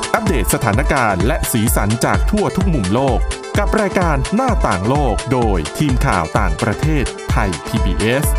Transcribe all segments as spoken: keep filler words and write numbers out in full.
อัปเดตสถานการณ์และสีสันจากทั่วทุกมุมโลกกับรายการหน้าต่างโลกโดยทีมข่าวต่างประเทศไทย พี บี เอส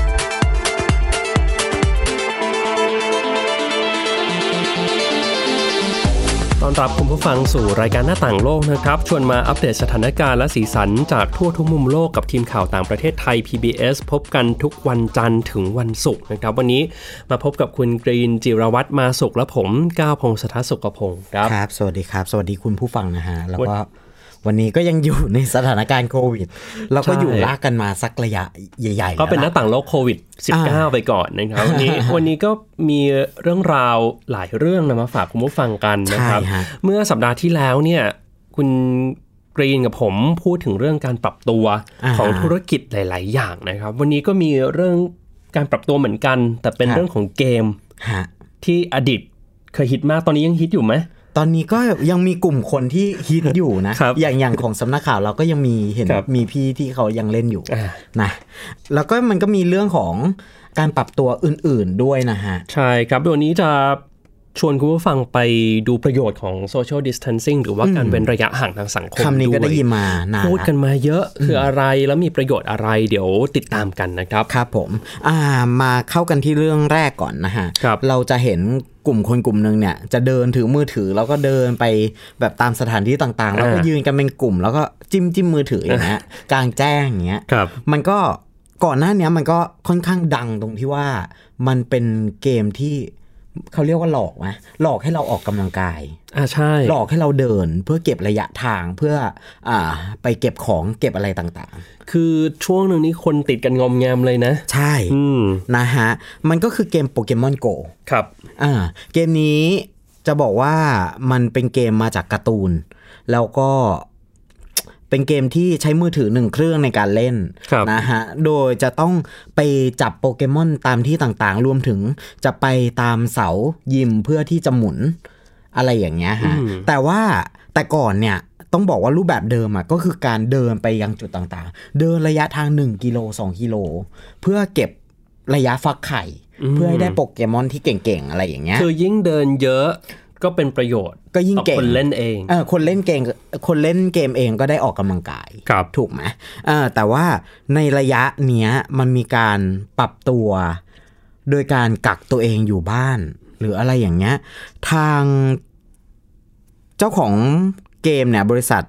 ต้อนรับคุณผู้ฟังสู่รายการหน้าต่างโลกนะครับชวนมาอัปเดตสถานการณ์และสีสันจากทั่วทุกมุมโลกกับทีมข่าวต่างประเทศไทย พี บี เอส พบกันทุกวันจันทร์ถึงวันศุกร์นะครับวันนี้มาพบกับคุณกรีนจิรวัฒน์มาสุขและผมก้าวพงศธรสุขพงศ์ครับครับสวัสดีครับสวัสดีคุณผู้ฟังนะฮะแล้วก็วันนี้ก็ยังอยู่ในสถานการณ์โควิดเราก็อยู่ลากกันมาสักระยะใหญ่ๆก็เป็นหน้าต่างโลกโควิด สิบเก้า ไปก่อนนะครับวันนี้ วันนี้ก็มีเรื่องราวหลายเรื่องนะมาฝากคุณผู้ฟังกันนะครับเมื่อสัปดาห์ที่แล้วเนี่ยคุณกรีนกับผมพูดถึงเรื่องการปรับตัวของธุรกิจหลายๆอย่างนะครับวันนี้ก็มีเรื่องการปรับตัวเหมือนกันแต่เป็นเรื่องของเกมที่อดีตเคยฮิตมากตอนนี้ยังฮิตอยู่ไหมตอนนี้ก็ยังมีกลุ่มคนที่ฮิตอยู่นะ อย่างอย่างของสำนักข่าวเราก็ยังมีเห็นมีพี่ที่เขายังเล่นอยู่นะแล้วก็มันก็มีเรื่องของการปรับตัวอื่นๆด้วยนะฮะใช่ครับวันนี้จะชวนคุณผู้ฟังไปดูประโยชน์ของ social distancing หรือว่าการเว้นระยะห่างทางสังคมคำนี้ก็ได้ยินมานะพูดกันมาเยอะคืออะไรแล้วมีประโยชน์อะไรเดี๋ยวติดตามกันนะครับครับผมอ่ามาเข้ากันที่เรื่องแรกก่อนนะฮะเราจะเห็นกลุ่มคนกลุ่มนึงเนี่ยจะเดินถือมือถือแล้วก็เดินไปแบบตามสถานที่ต่างๆแล้วก็ยืนกันเป็นกลุ่มแล้วก็จิ้มจิ้มมือถืออย่างเงี้ยกลางแจ้งอย่างเงี้ยมันก็ก่อนหน้านี้มันก็ค่อนข้างดังตรงที่ว่ามันเป็นเกมที่เขาเรียกว่าหลอกไหมหลอกให้เราออกกำลังกายอ่าใช่หลอกให้เราเดินเพื่อเก็บระยะทางเพื่ออ่าไปเก็บของเก็บอะไรต่างๆคือช่วงนึงนี้คนติดกันงอมแงมเลยนะใช่นะฮะมันก็คือเกมโปเกมอนโกครับอ่าเกมนี้จะบอกว่ามันเป็นเกมมาจากการ์ตูนแล้วก็เป็นเกมที่ใช้มือถือหนึ่งเครื่องในการเล่นนะฮะโดยจะต้องไปจับโปเกมอนตามที่ต่างๆรวมถึงจะไปตามเสายิมเพื่อที่จะหมุนอะไรอย่างเงี้ยฮะแต่ว่าแต่ก่อนเนี่ยต้องบอกว่ารูปแบบเดิมอ่ะก็คือการเดินไปยังจุดต่างๆเดินระยะทางหนึ่งกิโลสองกิโลเพื่อเก็บระยะฟักไข่เพื่อให้ได้โปเกมอนที่เก่งๆอะไรอย่างเงี้ยคือยิ่งเดินเยอะก็เป็นประโยชน์ก็ยิ่งเก่งคนเล่นเองเออคนเล่นเกมคนเล่นเกมเองก็ได้ออกกำลังกายถูกไหมเออแต่ว่าในระยะเนี้ยมันมีการปรับตัวโดยการกักตัวเองอยู่บ้านหรืออะไรอย่างเงี้ยทางเจ้าของเกมเนี่ยบริษัท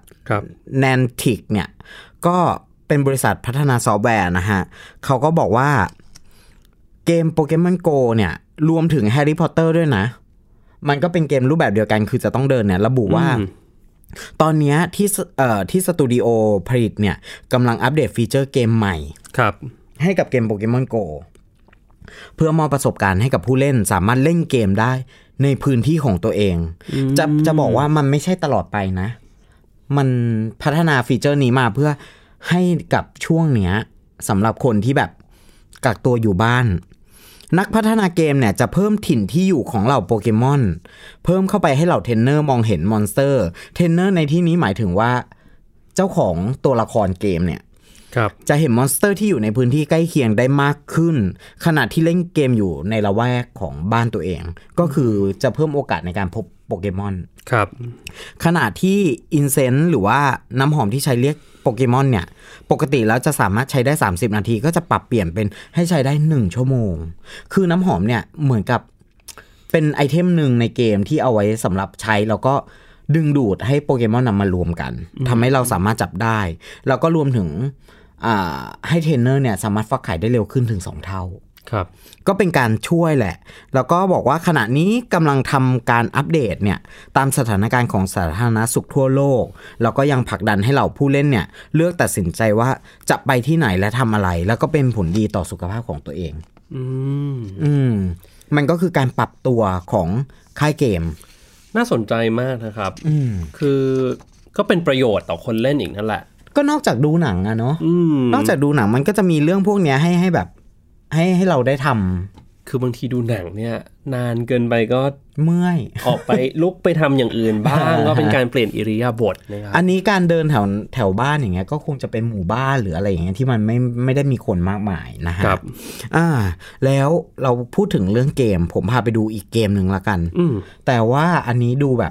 Niantic เนี่ยก็เป็นบริษัทพัฒนาซอฟต์แวร์นะฮะเขาก็บอกว่าเกม Pokemon Go เนี่ยรวมถึง Harry Potter ด้วยนะมันก็เป็นเกมรูปแบบเดียวกันคือจะต้องเดินเนี่ยระบุว่าตอนนี้ที่เอ่อที่สตูดิโอผลิตเนี่ยกำลังอัปเดตฟีเจอร์เกมใหม่ครับให้กับเกม Pokemon Go เพื่อมอบประสบการณ์ให้กับผู้เล่นสามารถเล่นเกมได้ในพื้นที่ของตัวเองจะจะบอกว่ามันไม่ใช่ตลอดไปนะมันพัฒนาฟีเจอร์นี้มาเพื่อให้กับช่วงเนี้ยสำหรับคนที่แบบกักตัวอยู่บ้านนักพัฒนาเกมเนี่ยจะเพิ่มถิ่นที่อยู่ของเหล่าโปเกมอนเพิ่มเข้าไปให้เหล่าเทรนเนอร์มองเห็นมอนสเตอร์เทรนเนอร์ในที่นี้หมายถึงว่าเจ้าของตัวละครเกมเนี่ยจะเห็นมอนสเตอร์ที่อยู่ในพื้นที่ใกล้เคียงได้มากขึ้นขณะที่เล่นเกมอยู่ในละแวกของบ้านตัวเองก็คือจะเพิ่มโอกาสในการพบโปเกมอนครับขณะที่อินเซนส์หรือว่าน้ำหอมที่ใช้เรียกโปเกมอนเนี่ยปกติแล้วจะสามารถใช้ได้สามสิบนาทีก็จะปรับเปลี่ยนเป็นให้ใช้ได้หนึ่งชั่วโมงคือน้ำหอมเนี่ยเหมือนกับเป็นไอเทมหนึ่งในเกมที่เอาไว้สำหรับใช้แล้วก็ดึงดูดให้โปเกมอนนำมารวมกันทำให้เราสามารถจับได้แล้วก็รวมถึงให้เทรนเนอร์เนี่ยสามารถฟักไข่ได้เร็วขึ้นถึงสองเท่าครับก็เป็นการช่วยแหละแล้วก็บอกว่าขณะนี้กำลังทำการอัปเดตเนี่ยตามสถานการณ์ของสาธารณสุขทั่วโลกแล้วก็ยังผลักดันให้เหล่าผู้เล่นเนี่ยเลือกตัดสินใจว่าจะไปที่ไหนและทำอะไรแล้วก็เป็นผลดีต่อสุขภาพของตัวเองอืมอืมมันก็คือการปรับตัวของค่ายเกมน่าสนใจมากนะครับอืมคือก็เป็นประโยชน์ต่อคนเล่นอีกนั่นแหละก็นอกจากดูหนังอะเนาะนอกจากดูหนังมันก็จะมีเรื่องพวกนี้ให้ให้แบบให้ให้เราได้ทำคือบางทีดูหนังเนี่ยนานเกินไปก็เมื่อยออกไปลุกไปทำอย่างอื่นบ้าง ก็เป็นการเปลี่ยนอิริยาบถนะครับอันนี้การเดินแถวแถวบ้านอย่างเงี้ยก็คงจะเป็นหมู่บ้านหรืออะไรอย่างเงี้ยที่มันไม่ไม่ได้มีคนมากมายนะฮะอ่าแล้วเราพูดถึงเรื่องเกมผมพาไปดูอีกเกมนึงละกันแต่ว่าอันนี้ดูแบบ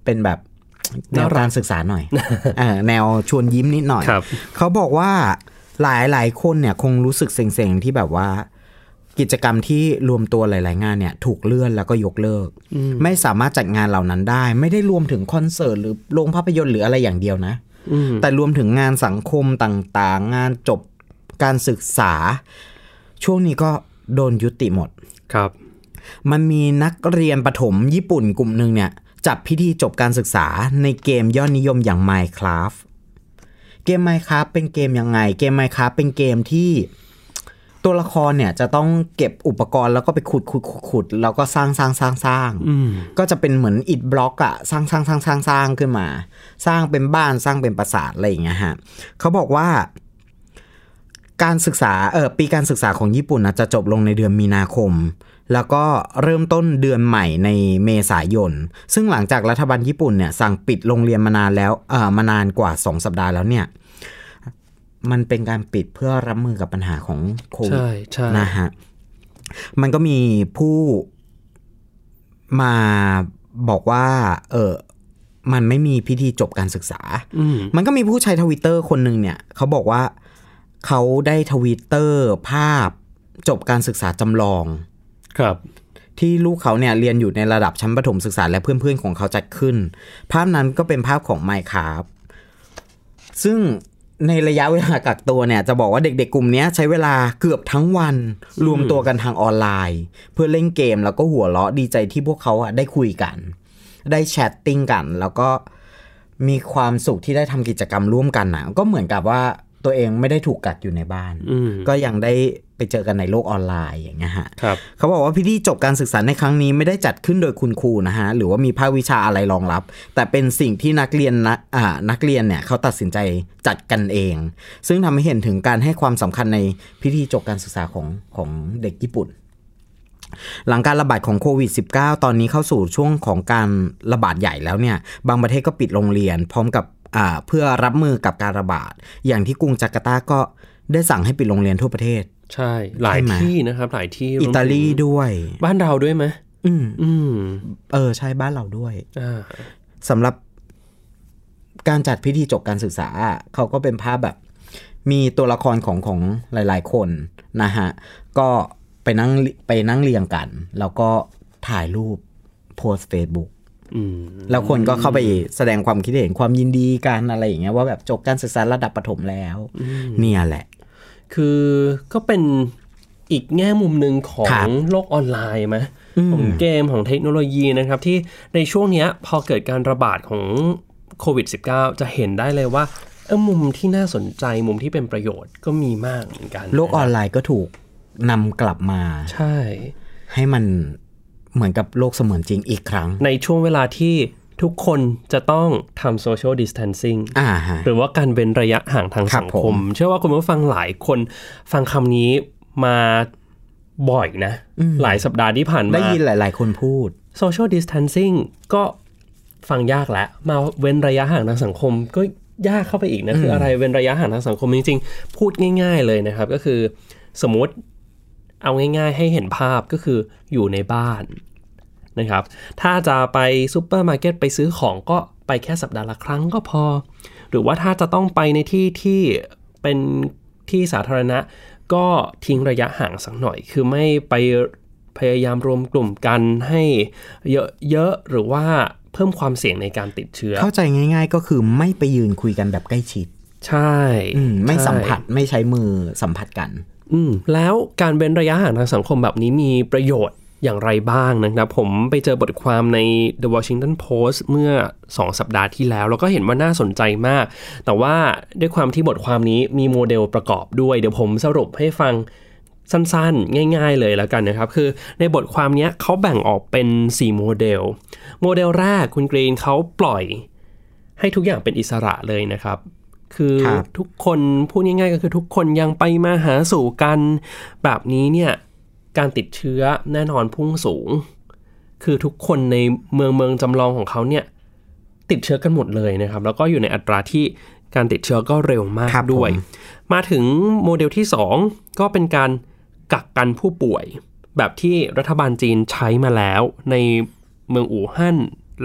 เป็นแบบแนวการศึกษาหน่อย แนวชวนยิ้มนิดหน่อยเขาบอกว่าหลายหลายคนเนี่ยคงรู้สึกเซ็งๆที่แบบว่ากิจกรรมที่รวมตัวหลายๆงานเนี่ยถูกเลื่อนแล้วก็ยกเลิกไม่สามารถจัดงานเหล่านั้นได้ไม่ได้รวมถึงคอนเสิร์ตหรือโรงภาพยนตร์หรืออะไรอย่างเดียวนะแต่รวมถึงงานสังคมต่างๆงานจบการศึกษาช่วงนี้ก็โดนยุติหมดครับมันมีนักเรียนประถมญี่ปุ่นกลุ่มนึงเนี่ยจัดพิธีจบการศึกษาในเกมยอดนิยมอย่าง Minecraft เกม Minecraft เป็นเกมยังไงเกม Minecraft เป็นเกมที่ตัวละครเนี่ยจะต้องเก็บอุปกรณ์แล้วก็ไปขุดขุดขุดแล้วก็สร้างสร้างสร้างสร้างก็จะเป็นเหมือนอิฐบล็อกอะสร้างสร้างสร้างสร้างสร้างขึ้นมาสร้างเป็นบ้านสร้างเป็นปราสาทอะไรอย่างเงี้ยฮะเขาบอกว่าการศึกษาเออปีการศึกษาของญี่ปุ่นนะจะจบลงในเดือนมีนาคมแล้วก็เริ่มต้นเดือนใหม่ในเมษายนซึ่งหลังจากรัฐบาลญี่ปุ่นเนี่ยสั่งปิดโรงเรียนมานานแล้วเออมานานกว่าสองสัปดาห์แล้วเนี่ยมันเป็นการปิดเพื่อรับมือกับปัญหาของโควิดนะฮะมันก็มีผู้มาบอกว่าเออมันไม่มีพิธีจบการศึกษามันก็มีผู้ใช้ Twitter คนนึงเนี่ยเขาบอกว่าเขาได้ทวิตเตอร์ภาพจบการศึกษาจำลองครับที่ลูกเขาเนี่ยเรียนอยู่ในระดับชั้นประถมศึกษาและเพื่อนๆของเขาจัดขึ้นภาพนั้นก็เป็นภาพของ Minecraft ซึ่งในระยะเวลากักตัวเนี่ยจะบอกว่าเด็กๆกลุ่มนี้ใช้เวลาเกือบทั้งวันรวมตัวกันทางออนไลน์เพื่อเล่นเกมแล้วก็หัวเราะดีใจที่พวกเขาอ่ะได้คุยกันได้แชทติ้งกันแล้วก็มีความสุขที่ได้ทำกิจกรรมร่วมกันนะก็เหมือนกับว่าตัวเองไม่ได้ถูกกักอยู่ในบ้านก็ยังได้ไปเจอกันในโลกออนไลน์อย่างเงี้ยฮะเขาบอกว่าพิธีจบการศึกษาในครั้งนี้ไม่ได้จัดขึ้นโดยคุณครูนะฮะหรือว่ามีภาควิชาอะไรรองรับแต่เป็นสิ่งที่นักเรียนนะอ่านักเรียนเนี่ยเขาตัดสินใจจัดกันเองซึ่งทำให้เห็นถึงการให้ความสำคัญในพิธีจบการศึกษาของของเด็กญี่ปุ่นหลังการระบาดของโควิด สิบเก้า ตอนนี้เข้าสู่ช่วงของการระบาดใหญ่แล้วเนี่ยบางประเทศก็ปิดโรงเรียนพร้อมกับอ่าเพื่อรับมือกับการระบาดอย่างที่กรุงจาการ์ตาก็ได้สั่งให้ปิดโรงเรียนทั่วประเทศใช่หลายที่นะครับหลายที่อิตาลีด้วยบ้านเราด้วยไหมอืมอืมเออใช่บ้านเราด้วยอ่าสำหรับการจัดพิธีจบการศึกษาเขาก็เป็นภาพแบบมีตัวละครของของหลายๆคนนะฮะก็ไปนั่งไปนั่งเรียงกันแล้วก็ถ่ายรูปโพสต์ Facebookแล้วคนก็เข้าไปแสดงความคิดเห็นความยินดีกันอะไรอย่างเงี้ยว่าแบบจบการศึกษาระดับประถมแล้วเนี่ยแหละคือก็เป็นอีกแง่มุมหนึ่งของโลกออนไลน์ไหมของเกมของเทคโนโลยีนะครับที่ในช่วงนี้พอเกิดการระบาดของโควิด สิบเก้า จะเห็นได้เลยว่าเออมุมที่น่าสนใจมุมที่เป็นประโยชน์ก็มีมากเหมือนกันโลกออนไลน์ก็ถูกนำกลับมาใช่ให้มันเหมือนกับโลกเสมือนจริงอีกครั้งในช่วงเวลาที่ทุกคนจะต้องทำ social distancing หรือว่าการเว้นระยะห่างทางสังคมเชื่อว่าคุณผู้ฟังหลายคนฟังคำนี้มาบ่อยนะหลายสัปดาห์ที่ผ่านมาได้ยินหลายๆคนพูด social distancing ก็ฟังยากแล้วมาเว้นระยะห่างทางสังคมก็ยากเข้าไปอีกนะคืออะไรเว้นระยะห่างทางสังคมจริงๆพูดง่ายๆเลยนะครับก็คือสมมติเอาง่ายๆให้เห็นภาพก็คืออยู่ในบ้านนะครับถ้าจะไปซูเปอร์มาร์เก็ตไปซื้อของก็ไปแค่สัปดาห์ละครั้งก็พอหรือว่าถ้าจะต้องไปในที่ที่เป็นที่สาธารณะก็ทิ้งระยะห่างสักหน่อยคือไม่ไปพยายามรวมกลุ่มกันให้เยอะๆหรือว่าเพิ่มความเสี่ยงในการติดเชื้อเข้าใจง่ายๆก็คือไม่ไปยืนคุยกันแบบใกล้ชิดใช่ไม่สัมผัสไม่ใช้มือสัมผัสกันอืมแล้วการเว้นระยะห่างทางสังคมแบบนี้มีประโยชน์อย่างไรบ้างนะครับผมไปเจอบทความใน The Washington Post เมื่อสองสัปดาห์ที่แล้วแล้วก็เห็นว่าน่าสนใจมากแต่ว่าด้วยความที่บทความนี้มีโมเดลประกอบด้วยเดี๋ยวผมสรุปให้ฟังสั้นๆง่ายๆเลยแล้วกันนะครับคือในบทความนี้เขาแบ่งออกเป็นสี่โมเดลโมเดลแรกคุณกรีนเขาปล่อยให้ทุกอย่างเป็นอิสระเลยนะครับคือทุกคนพูดง่ายๆก็คือทุกคนยังไปมาหาสู่กันแบบนี้เนี่ยการติดเชื้อแน่นอนพุ่งสูงคือทุกคนในเมืองเมืองจำลองของเขาเนี่ยติดเชื้อกันหมดเลยนะครับแล้วก็อยู่ในอัตราที่การติดเชื้อก็เร็วมากด้วยมาถึงโมเดลที่สองก็เป็นการกักกันผู้ป่วยแบบที่รัฐบาลจีนใช้มาแล้วในเมืองอู่ฮั่นและ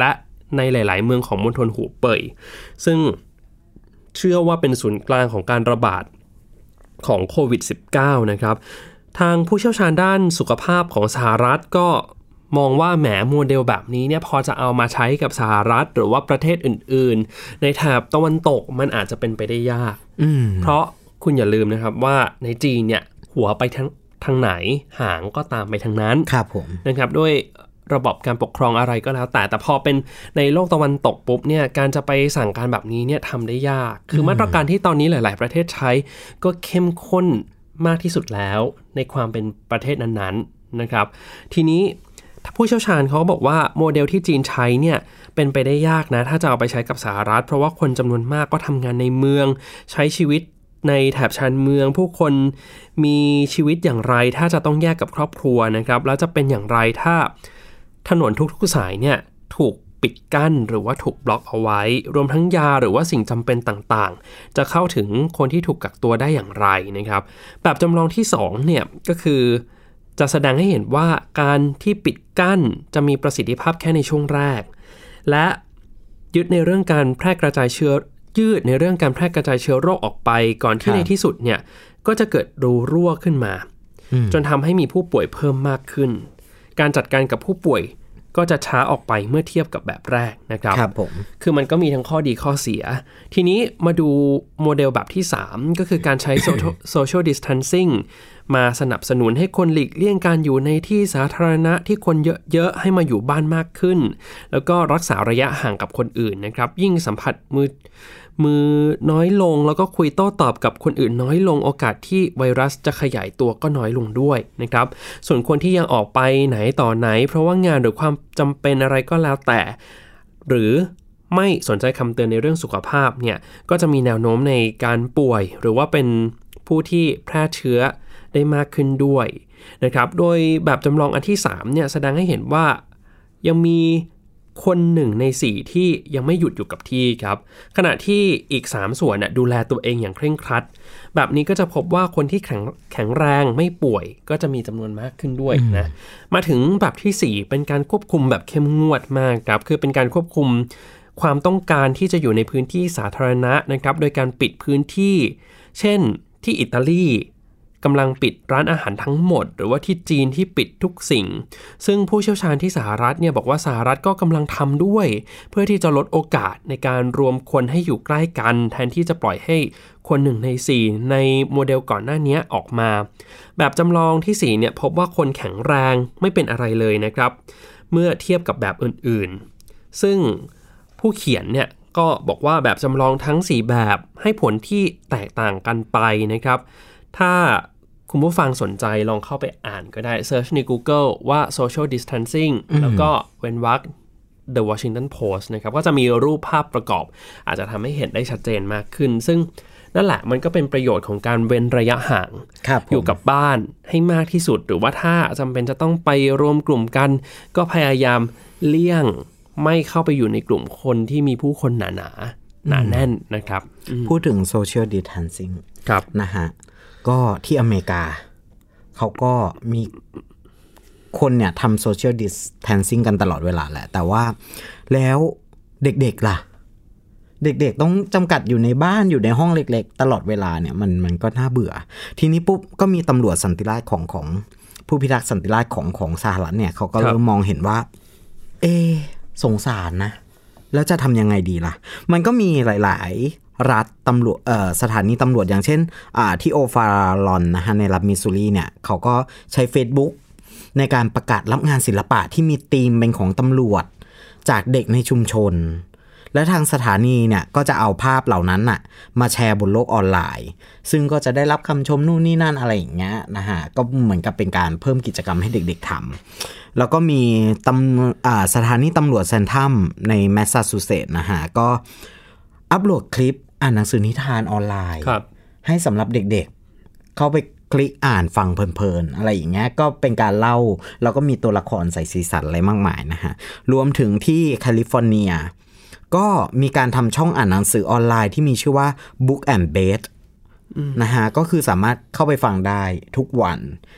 ในหลายๆเมืองของมณฑลหูเป่ยซึ่งเชื่อว่าเป็นศูนย์กลางของการระบาดของโควิด สิบเก้า นะครับทางผู้เชี่ยวชาญด้านสุขภาพของสหรัฐก็มองว่าแหมโมเดลแบบนี้เนี่ยพอจะเอามาใช้กับสหรัฐหรือว่าประเทศอื่นๆในแถบตะวันตกมันอาจจะเป็นไปได้ยากเพราะคุณอย่าลืมนะครับว่าในจีนเนี่ยหัวไปทางทางไหนหางก็ตามไปทางนั้นครับผมนะครับด้วยระบบการปกครองอะไรก็แล้วแต่แต่พอเป็นในโลกตะวันตกปุ๊บเนี่ยการจะไปสั่งการแบบนี้เนี่ยทำได้ยากคือมาตรการที่ตอนนี้หลายๆประเทศใช้ก็เข้มข้นมากที่สุดแล้วในความเป็นประเทศนั้นๆนะครับทีนี้ผู้เชี่ยวชาญเขาบอกว่าโมเดลที่จีนใช้เนี่ยเป็นไปได้ยากนะถ้าจะเอาไปใช้กับสหรัฐเพราะว่าคนจำนวนมากก็ทำงานในเมืองใช้ชีวิตในแถบชานเมืองผู้คนมีชีวิตอย่างไรถ้าจะต้องแยกกับครอบครัวนะครับแล้วจะเป็นอย่างไรถ้าถนนทุกๆสายเนี่ยถูกปิดกั้นหรือว่าถูกบล็อกเอาไว้รวมทั้งยาหรือว่าสิ่งจำเป็นต่างๆจะเข้าถึงคนที่ถูกกักตัวได้อย่างไรนะครับแบบจำลองที่สองเนี่ยก็คือจะแสดงให้เห็นว่าการที่ปิดกั้นจะมีประสิทธิภาพแค่ในช่วงแรกและยึดในเรื่องการแพร่กระจายเชื้อยืดในเรื่องการแพร่กระจายเชื้อโรคออกไปก่อนที่ในที่สุดเนี่ยก็จะเกิดรูรั่วขึ้นมาจนทำให้มีผู้ป่วยเพิ่มมากขึ้นการจัดการกับผู้ป่วยก็จะช้าออกไปเมื่อเทียบกับแบบแรกนะครับครับผมคือมันก็มีทั้งข้อดีข้อเสียทีนี้มาดูโมเดลแบบที่สามก็คือการใช้ social distancing มาสนับสนุนให้คนหลีกเลี่ยงการอยู่ในที่สาธารณะที่คนเยอะๆให้มาอยู่บ้านมากขึ้นแล้วก็รักษาระยะห่างกับคนอื่นนะครับยิ่งสัมผัสมือมือน้อยลงแล้วก็คุยโต้ตอบกับคนอื่นน้อยลงโอกาสที่ไวรัสจะขยายตัวก็น้อยลงด้วยนะครับส่วนคนที่ยังออกไปไหนต่อไหนเพราะว่างานหรือความจำเป็นอะไรก็แล้วแต่หรือไม่สนใจคำเตือนในเรื่องสุขภาพเนี่ยก็จะมีแนวโน้มในการป่วยหรือว่าเป็นผู้ที่แพร่เชื้อได้มากขึ้นด้วยนะครับโดยแบบจำลองอันที่สามเนี่ยแสดงให้เห็นว่ายังมีคนหนึ่งในสี่ที่ยังไม่หยุดอยู่กับที่ครับขณะที่อีกสามส่วนน่ะดูแลตัวเองอย่างเคร่งครัดแบบนี้ก็จะพบว่าคนที่แข็งแข็งแรงไม่ป่วยก็จะมีจำนวนมากขึ้นด้วยนะมาถึงแบบที่สี่เป็นการควบคุมแบบเข้มงวดมากครับคือเป็นการควบคุมความต้องการที่จะอยู่ในพื้นที่สาธารณะนะครับโดยการปิดพื้นที่เช่นที่อิตาลีกำลังปิดร้านอาหารทั้งหมดหรือว่าที่จีนที่ปิดทุกสิ่งซึ่งผู้เชี่ยวชาญที่สหรัฐเนี่ยบอกว่าสหรัฐก็กำลังทำด้วยเพื่อที่จะลดโอกาสในการรวมคนให้อยู่ใกล้กันแทนที่จะปล่อยให้คนหนึ่งในสี่ในโมเดลก่อนหน้านี้ออกมาแบบจำลองที่สี่เนี่ยพบว่าคนแข็งแรงไม่เป็นอะไรเลยนะครับเมื่อเทียบกับแบบอื่นๆซึ่งผู้เขียนเนี่ยก็บอกว่าแบบจำลองทั้งสี่แบบให้ผลที่แตกต่างกันไปนะครับถ้าคุณผู้ฟังสนใจลองเข้าไปอ่านก็ได้ Search ใน Google ว่า social distancing แล้วก็เว้นวรรค The Washington Post นะครับก็จะมีรูปภาพประกอบอาจจะทำให้เห็นได้ชัดเจนมากขึ้นซึ่งนั่นแหละมันก็เป็นประโยชน์ของการเว้นระยะห่างอยู่กับบ้านให้มากที่สุดหรือว่าถ้าจำเป็นจะต้องไปรวมกลุ่มกันก็พยายามเลี่ยงไม่เข้าไปอยู่ในกลุ่มคนที่มีผู้คนหนาหนาหนาแน่นนะครับพูดถึง social distancing นะฮะก็ที่อเมริกาเขาก็มีคนเนี่ยทำ social distancing กันตลอดเวลาแหละแต่ว่าแล้วเด็กๆล่ะเด็กๆต้องจำกัดอยู่ในบ้านอยู่ในห้องเล็กๆตลอดเวลาเนี่ยมันมันก็น่าเบื่อทีนี้ปุ๊บก็มีตำรวจสันติราษฎร์ของของผู้พิทักษ์สันติราษฎร์ของของสหรัฐเนี่ยเขาก็เริ่มมองเห็นว่าเอสงสารนะแล้วจะทำยังไงดีล่ะมันก็มีหลายๆรัฐตำรวจเอ่อสถานีตำรวจอย่างเช่นอ่าที่โอฟาลอนนะฮะในรัฐมิสซูรีเนี่ยเขาก็ใช้ Facebook ในการประกาศรับงานศิลปะที่มีธีมเป็นของตำรวจจากเด็กในชุมชนและทางสถานีเนี่ยก็จะเอาภาพเหล่านั้นน่ะมาแชร์บนโลกออนไลน์ซึ่งก็จะได้รับคำชมนู่นนี่นั่นอะไรอย่างเงี้ยนะฮะก็เหมือนกับเป็นการเพิ่มกิจกรรมให้เด็กๆทำแล้วก็มีตำอ่าสถานีตำรวจเซนทัมในแมสซาชูเซตส์นะฮะก็อัปโหลดคลิปอ่านหนังสือนิทานออนไลน์ให้สำหรับเด็กๆเข้าไปคลิกอ่านฟังเพลินๆอะไรอย่างเงี้ยก็เป็นการเล่าแล้วก็มีตัวละครใส่สีสันอะไรมากมายนะฮะรวมถึงที่แคลิฟอร์เนียก็มีการทำช่องอ่านหนังสือออนไลน์ที่มีชื่อว่า Book and Bed นะฮะก็คือสามารถเข้าไปฟังได้ทุกวัน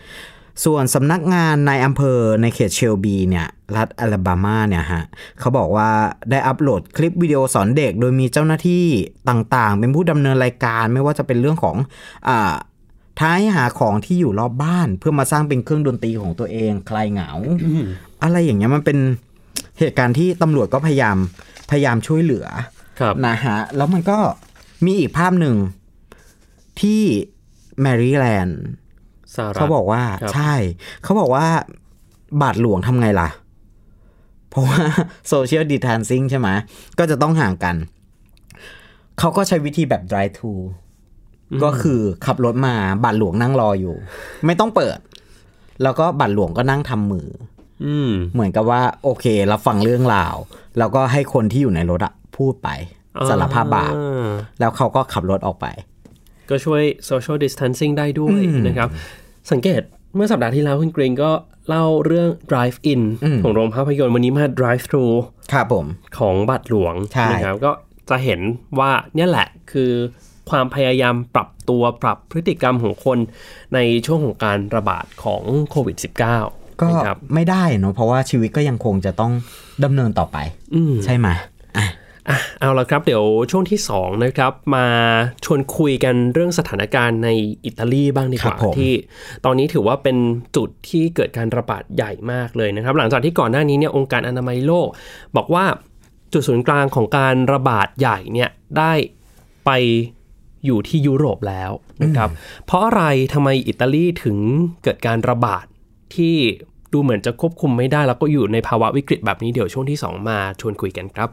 ส่วนสำนักงานในอำเภอในเขตเชลบีเนี่ยรัฐอลาบามาเนี่ยฮะเขาบอกว่าได้อัปโหลดคลิปวิดีโอสอนเด็กโดยมีเจ้าหน้าที่ต่างๆเป็นผู้ดำเนินรายการไม่ว่าจะเป็นเรื่องของอ่าท้ายหาของที่อยู่รอบบ้านเพื่อมาสร้างเป็นเครื่องดนตรีของตัวเองคลายเหงา อะไรอย่างเงี้ยมันเป็นเหตุการณ์ที่ตำรวจก็พยายามพยายามช่วยเหลือนะฮะแล้วมันก็มีอีกภาพหนึ่งที่แมริแลนด์เขาบอกว่าใช่เขาบอกว่าบาทหลวงทำไงล่ะเพราะว่าโซเชียลดิสแทนซิ่งใช่ไหมก็จะต้องห่างกันเขาก็ใช้วิธีแบบ drive thru ก็คือขับรถมาบาทหลวงนั่งรออยู่ไม่ต้องเปิดแล้วก็บาทหลวงก็นั่งทำมือเหมือนกับว่าโอเคเราฟังเรื่องราวแล้วก็ให้คนที่อยู่ในรถอะพูดไปสารภาพบาปแล้วเขาก็ขับรถออกไปก็ช่วย social distancing ได้ด้วยนะครับสังเกตเมื่อสัปดาห์ที่แล้วคุณกรีนก็เล่าเรื่อง drive in ของโรงภาพยนตร์วันนี้มา drive thru ครับผมของบาทหลวงนะครับก็จะเห็นว่าเนี่ยแหละคือความพยายามปรับตัวปรับพฤติกรรมของคนในช่วงของการระบาดของโควิด สิบเก้าก็ไม่ได้เนาะเพราะว่าชีวิตก็ยังคงจะต้องดำเนินต่อไปใช่ไหมอ่ะอ่ะเอาละครับเดี๋ยวช่วงที่สองนะครับมาชวนคุยกันเรื่องสถานการณ์ในอิตาลีบ้างดีกว่าที่ตอนนี้ถือว่าเป็นจุดที่เกิดการระบาดใหญ่มากเลยนะครับหลังจากที่ก่อนหน้านี้เนี่ยองค์การอนามัยโลกบอกว่าจุดศูนย์กลางของการระบาดใหญ่เนี่ยได้ไปอยู่ที่ยุโรปแล้วนะครับเพราะอะไรทำไมอิตาลีถึงเกิดการระบาดที่ดูเหมือนจะควบคุมไม่ได้แล้วก็อยู่ในภาวะวิกฤตแบบนี้เดี๋ยวช่วงที่สองมาชวนคุยกันครับ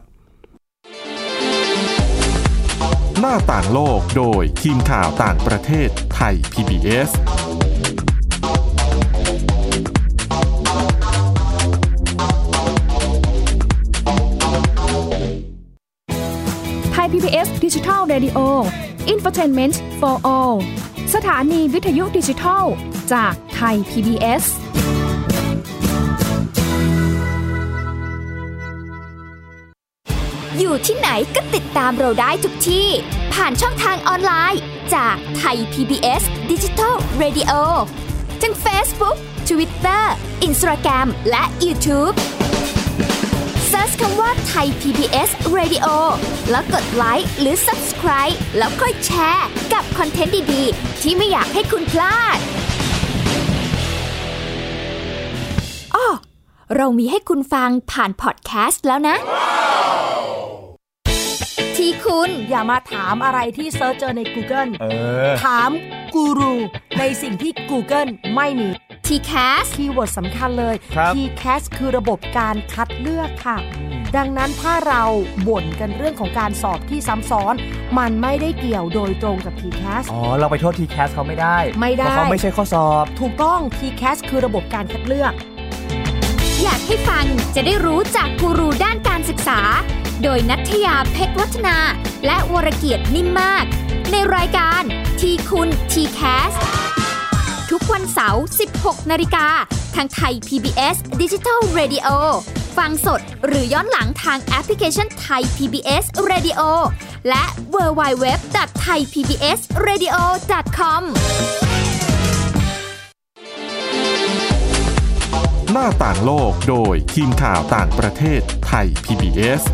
หน้าต่างโลกโดยทีมข่าวต่างประเทศไทย พี บี เอสไทย พี บี เอส Digital Radio Infotainment for All สถานีวิทยุดิจิทัลจากไทย พี บี เอสอยู่ที่ไหนก็ติดตามเราได้ทุกที่ผ่านช่องทางออนไลน์จากไทย พี บี เอส Digital Radio ทั้ง Facebook, Twitter, Instagram และ YouTubeเสิร์ชคำว่าไทย พี บี เอส Radio แล้วกดไลค์หรือ Subscribe แล้วค่อยแชร์กับคอนเทนต์ดีๆที่ไม่อยากให้คุณพลาดอ้อเรามีให้คุณฟังผ่านพอดแคสต์แล้วนะที่คุณอย่ามาถามอะไรที่เซิร์ชเจอใน Google เออถามกูรูในสิ่งที่ Google ไม่มีที แคสคีย์เวิร์ดสำคัญเลย ที แคส คือระบบการคัดเลือกค่ะดังนั้นถ้าเราบ่นกันเรื่องของการสอบที่ซ้ำซ้อนมันไม่ได้เกี่ยวโดยตรงกับ ที แคสอ๋อเราไปโทษ ที แคส เขาไม่ได้ไม่ได้เพราะเขาไม่ใช่ข้อสอบถูกต้อง ที แคส คือระบบการคัดเลือกอยากให้ฟังจะได้รู้จากกูรูด้านการศึกษาโดยณัฐยาเพชรวัฒนาและวรเกียรตินิ่มมากในรายการทีคุณ ที แคส ทุกวันเสาร์ สิบหกนาฬิกาทางไทย พี บี เอส Digital Radio ฟังสดหรือย้อนหลังทางแอปพลิเคชันไทย พี บี เอส Radio และ ดับเบิลยู ดับเบิลยู ดับเบิลยู ดอท ไทย พี บี เอส เรดิโอ ดอท คอมหน้าต่างโลกโดยทีมข่าวต่างประเทศไทย พี บี เอส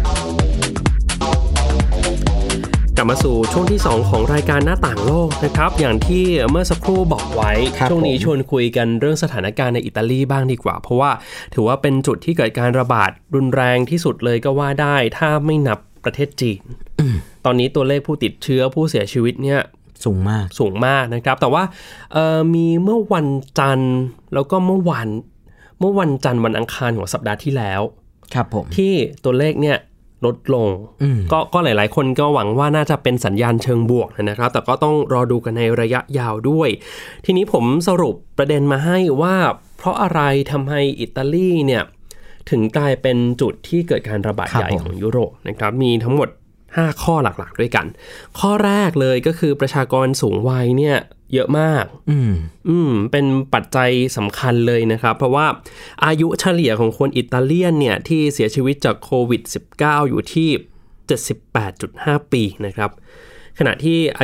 กลับมาสู่ช่วงที่สองของรายการหน้าต่างโลกนะครับอย่างที่เมื่อสักครู่บอกไว้ช่วงนี้ชวนคุยกันเรื่องสถานการณ์ในอิตาลีบ้างดีกว่าเพราะว่าถือว่าเป็นจุดที่เกิดการระบาดรุนแรงที่สุดเลยก็ว่าได้ถ้าไม่นับประเทศจีนตอนนี้ตัวเลขผู้ติดเชื้อผู้เสียชีวิตเนี่ยสูงมากสูงมากนะครับแต่ว่ามีเมื่อวันจันทร์แล้วก็เมื่อวันเมื่อวันจันทร์วันอังคารของสัปดาห์ที่แล้วครับผมที่ตัวเลขเนี่ยลดลงก็ก็หลายๆคนก็หวังว่าน่าจะเป็นสัญญาณเชิงบวกนะครับแต่ก็ต้องรอดูกันในระยะยาวด้วยทีนี้ผมสรุปประเด็นมาให้ว่าเพราะอะไรทำให้อิตาลีเนี่ยถึงกลายเป็นจุดที่เกิดการระบาดใหญ่ของยุโรปนะครับมีทั้งหมดห้าข้อหลักๆด้วยกันข้อแรกเลยก็คือประชากรสูงวัยเนี่ยเยอะมากอืมอืมเป็นปัจจัยสำคัญเลยนะครับเพราะว่าอายุเฉลี่ยของคนอิตาเลียนเนี่ยที่เสียชีวิตจากโควิด สิบเก้า อยู่ที่ เจ็ดสิบแปดจุดห้า ปีนะครับขณะที่อายุ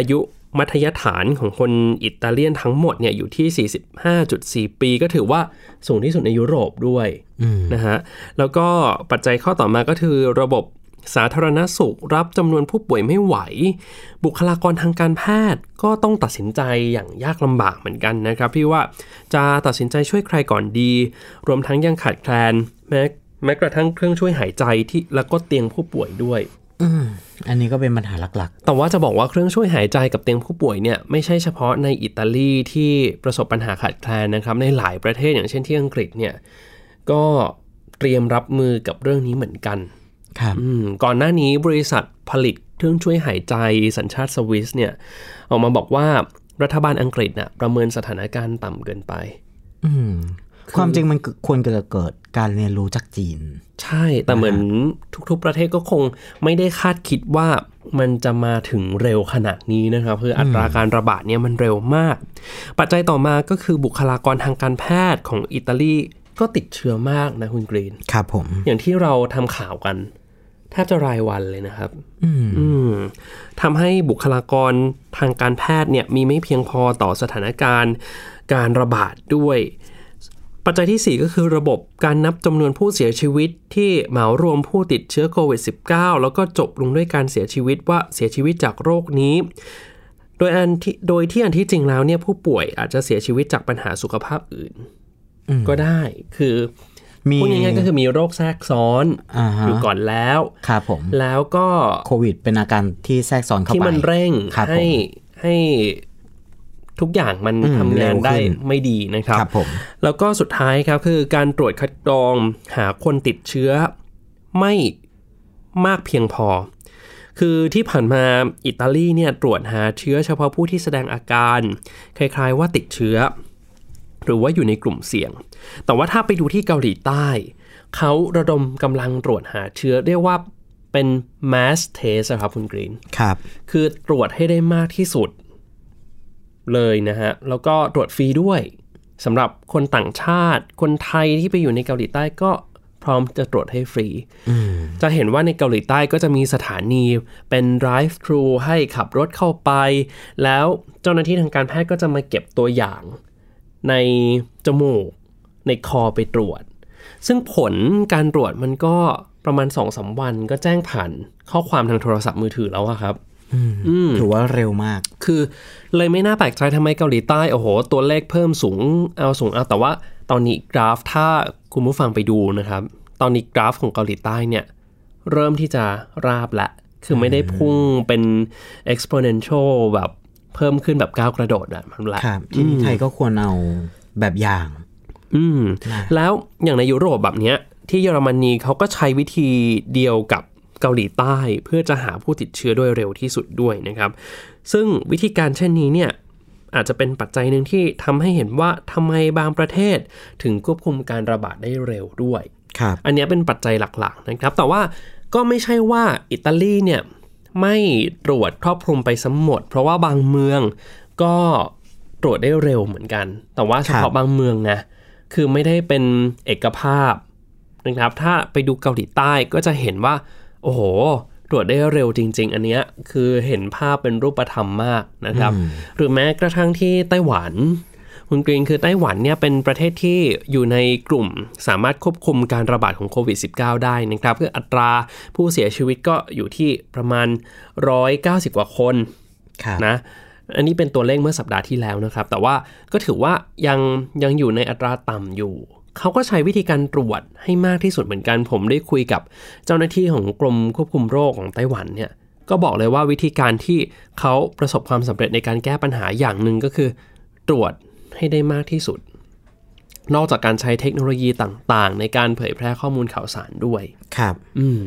มัธยฐานของคนอิตาเลียนทั้งหมดเนี่ยอยู่ที่ สี่สิบห้าจุดสี่ ปีก็ถือว่าสูงที่สุดในยุโรปด้วยนะฮะแล้วก็ปัจจัยข้อต่อมาก็คือระบบสาธารณสุขรับจำนวนผู้ป่วยไม่ไหวบุคลากรทางการแพทย์ก็ต้องตัดสินใจอย่างยากลำบากเหมือนกันนะครับพี่ว่าจะตัดสินใจช่วยใครก่อนดีรวมทั้งยังขาดแคลนแม้แม้กระทั่งเครื่องช่วยหายใจที่แล้วก็เตียงผู้ป่วยด้วยอืมอันนี้ก็เป็นปัญหาหลักๆแต่ว่าจะบอกว่าเครื่องช่วยหายใจกับเตียงผู้ป่วยเนี่ยไม่ใช่เฉพาะในอิตาลีที่ประสบปัญหาขาดแคลนนะครับในหลายประเทศอย่างเช่นที่อังกฤษเนี่ยก็เตรียมรับมือกับเรื่องนี้เหมือนกันครับก่อนหน้านี้บริษัทผลิตเครื่องช่วยหายใจสัญชาติสวิสเนี่ยออกมาบอกว่ารัฐบาลอังกฤษน่ะประเมินสถานการณ์ต่ำเกินไปความจริงมันควรจะเกิดการเรียนรู้จากจีนใช่แต่เหมือนทุกๆประเทศก็คงไม่ได้คาดคิดว่ามันจะมาถึงเร็วขนาดนี้นะครับคืออัตราการระบาดเนี่ยมันเร็วมากปัจจัยต่อมาก็คือบุคลากรทางการแพทย์ของอิตาลีก็ติดเชื้อมากนะคุณกรีนครับผมอย่างที่เราทำข่าวกันแทบจะรายวันเลยนะครับทำให้บุคลากรทางการแพทย์เนี่ยมีไม่เพียงพอต่อสถานการณ์การระบาดด้วยปัจจัยที่สี่ก็คือระบบการนับจำนวนผู้เสียชีวิตที่เหมารวมผู้ติดเชื้อโควิด สิบเก้า แล้วก็จบลงด้วยการเสียชีวิตว่าเสียชีวิตจากโรคนี้โดยอันที่โดยที่อันที่จริงแล้วเนี่ยผู้ป่วยอาจจะเสียชีวิตจากปัญหาสุขภาพอื่นก็ได้คือพูดง่ายๆก็คือมีโรคแทรกซ้อนอยู่ก่อนแล้วครับผมแล้วก็โควิดเป็นอาการที่แทรกซ้อนเข้าไปที่มันเร่งให้ให้ทุกอย่างมันทำงานได้ไม่ดีนะครับครับผมแล้วก็สุดท้ายครับคือการตรวจคัดกรองหาคนติดเชื้อไม่มากเพียงพอคือที่ผ่านมาอิตาลีเนี่ยตรวจหาเชื้อเฉพาะผู้ที่แสดงอาการคล้ายๆว่าติดเชื้อหรือว่าอยู่ในกลุ่มเสี่ยงแต่ว่าถ้าไปดูที่เกาหลีใต้เขาระดมกำลังตรวจหาเชื้อเรียกว่าเป็น mass test ครับคุณกรีนครับคือตรวจให้ได้มากที่สุดเลยนะฮะแล้วก็ตรวจฟรีด้วยสำหรับคนต่างชาติคนไทยที่ไปอยู่ในเกาหลีใต้ก็พร้อมจะตรวจให้ฟรีจะเห็นว่าในเกาหลีใต้ก็จะมีสถานีเป็น drive thru ให้ขับรถเข้าไปแล้วเจ้าหน้าที่ทางการแพทย์ก็จะมาเก็บตัวอย่างในจมูกในคอไปตรวจซึ่งผลการตรวจมันก็ประมาณ สองถึงสาม วันก็แจ้งผ่านข้อความทางโทรศัพท์มือถือแล้วอะครับถือว่าเร็วมากคือเลยไม่น่าแปลกใจทำไมเกาหลีใต้โอ้โหตัวเลขเพิ่มสูงเอาสูงเอาแต่ว่าตอนนี้กราฟถ้าคุณผู้ฟังไปดูนะครับตอนนี้กราฟของเกาหลีใต้เนี่ยเริ่มที่จะราบละคือไม่ได้พุ่งเป็น exponential แบบเพิ่มขึ้นแบบก้าวกระโดดอ่ะมันแหละที่ไทยก็ควรเอาแบบอย่างอืมแล้วอย่างในยุโรปแบบเนี้ยที่เยอรมนีเขาก็ใช้วิธีเดียวกับเกาหลีใต้เพื่อจะหาผู้ติดเชื้อโดยเร็วที่สุดด้วยนะครับซึ่งวิธีการเช่นนี้เนี่ยอาจจะเป็นปัจจัยหนึ่งที่ทำให้เห็นว่าทำไมบางประเทศถึงควบคุมการระบาดได้เร็วด้วยครับอันนี้เป็นปัจจัยหลักๆนะครับแต่ว่าก็ไม่ใช่ว่าอิตาลีเนี่ยไม่ตรวจครอบคลุมไปทั้งหมดเพราะว่าบางเมืองก็ตรวจได้เร็วเหมือนกันแต่ว่าเฉพาะบางเมืองนะคือไม่ได้เป็นเอกภาพนะครับถ้าไปดูเกาหลีใต้ก็จะเห็นว่าโอ้โหตรวจได้เร็วจริงๆอันเนี้ยคือเห็นภาพเป็นรูปธรรมมากนะครับหรือแม้กระทั่งที่ไต้หวันคุณกรีนคือไต้หวันเนี่ยเป็นประเทศที่อยู่ในกลุ่มสามารถควบคุมการระบาดของโควิด สิบเก้า ได้นะครับคืออัตราผู้เสียชีวิตก็อยู่ที่ประมาณหนึ่งร้อยเก้าสิบกว่าคนนะอันนี้เป็นตัวเลขเมื่อสัปดาห์ที่แล้วนะครับแต่ว่าก็ถือว่ายังยังอยู่ในอัตราต่ำอยู่เขาก็ใช้วิธีการตรวจให้มากที่สุดเหมือนกันผมได้คุยกับเจ้าหน้าที่ของกรมควบคุมโรคของไต้หวันเนี่ยก็บอกเลยว่าวิธีการที่เขาประสบความสำเร็จในการแก้ปัญหาอย่างหนึ่งก็คือตรวจให้ได้มากที่สุดนอกจากการใช้เทคโนโลยีต่างๆในการเผยแพร่ข้อมูลข่าวสารด้วยครับอืม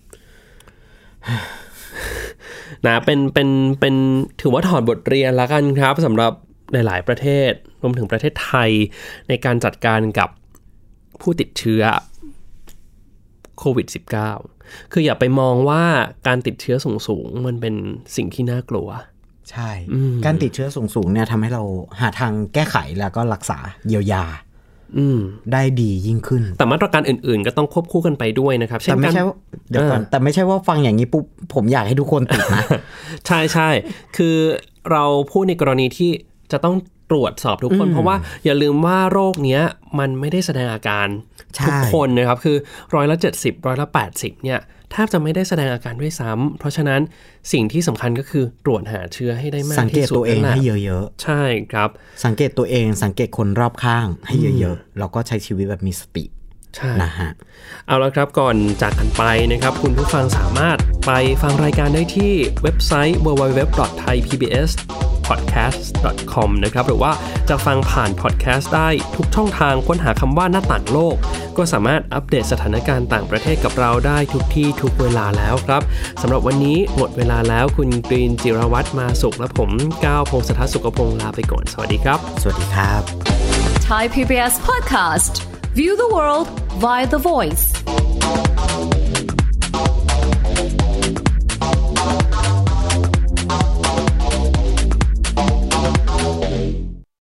นะเป็นเป็นเป็นถือว่าถอดบทเรียนละกันครับสำหรับหลายๆประเทศรวมถึงประเทศไทยในการจัดการกับผู้ติดเชื้อโควิด สิบเก้า คืออย่าไปมองว่าการติดเชื้อสูงๆมันเป็นสิ่งที่น่ากลัวใช่การติดเชื้อสูงๆเนี่ยทำให้เราหาทางแก้ไขแล้วก็รักษาเยียวยาได้ดียิ่งขึ้นแต่มาตรการอื่นๆก็ต้องควบคู่กันไปด้วยนะครับแต่ไม่ใช่เดี๋ยวก่อนแต่ไม่ใช่ว่าฟังอย่างนี้ปุ๊บผมอยากให้ทุกคนติดนะใช่ใช่คือเราพูดในกรณีที่จะต้องตรวจสอบทุกคนเพราะว่าอย่าลืมว่าโรคเนี้ยมันไม่ได้แสดงอาการทุกคนนะครับคือร้อยละเจ็ดสิบร้อยละแปดสิบเนี่ยแทบจะไม่ได้แสดงอาการด้วยซ้ำเพราะฉะนั้นสิ่งที่สำคัญก็คือตรวจหาเชื้อให้ได้มากที่สุดสังเกตตัวเองให้เยอะๆใช่ครับสังเกตตัวเองสังเกตคนรอบข้างให้เยอะๆแล้วก็ใช้ชีวิตแบบมีสตินะฮะเอาละครับก่อนจากกันไปนะครับคุณผู้ฟังสามารถไปฟังรายการได้ที่เว็บไซต์ ดับเบิลยู ดับเบิลยู ดับเบิลยู ดอท ไทย พี บี เอส พอดแคสต์ ดอท คอม นะครับหรือว่าจะฟังผ่านพอดแคสต์ได้ทุกช่องทางค้นหาคำว่าหน้าต่างโลกก็สามารถอัปเดตสถานการณ์ต่างประเทศกับเราได้ทุกที่ทุกเวลาแล้วครับสำหรับวันนี้หมดเวลาแล้วคุณกรีนจิรวัตรมาสุขและผมก้าวพงศธรสุขพงศ์ลาไปก่อนสวัสดีครับสวัสดีครับ Thai พี บี เอส Podcast View the world via the voice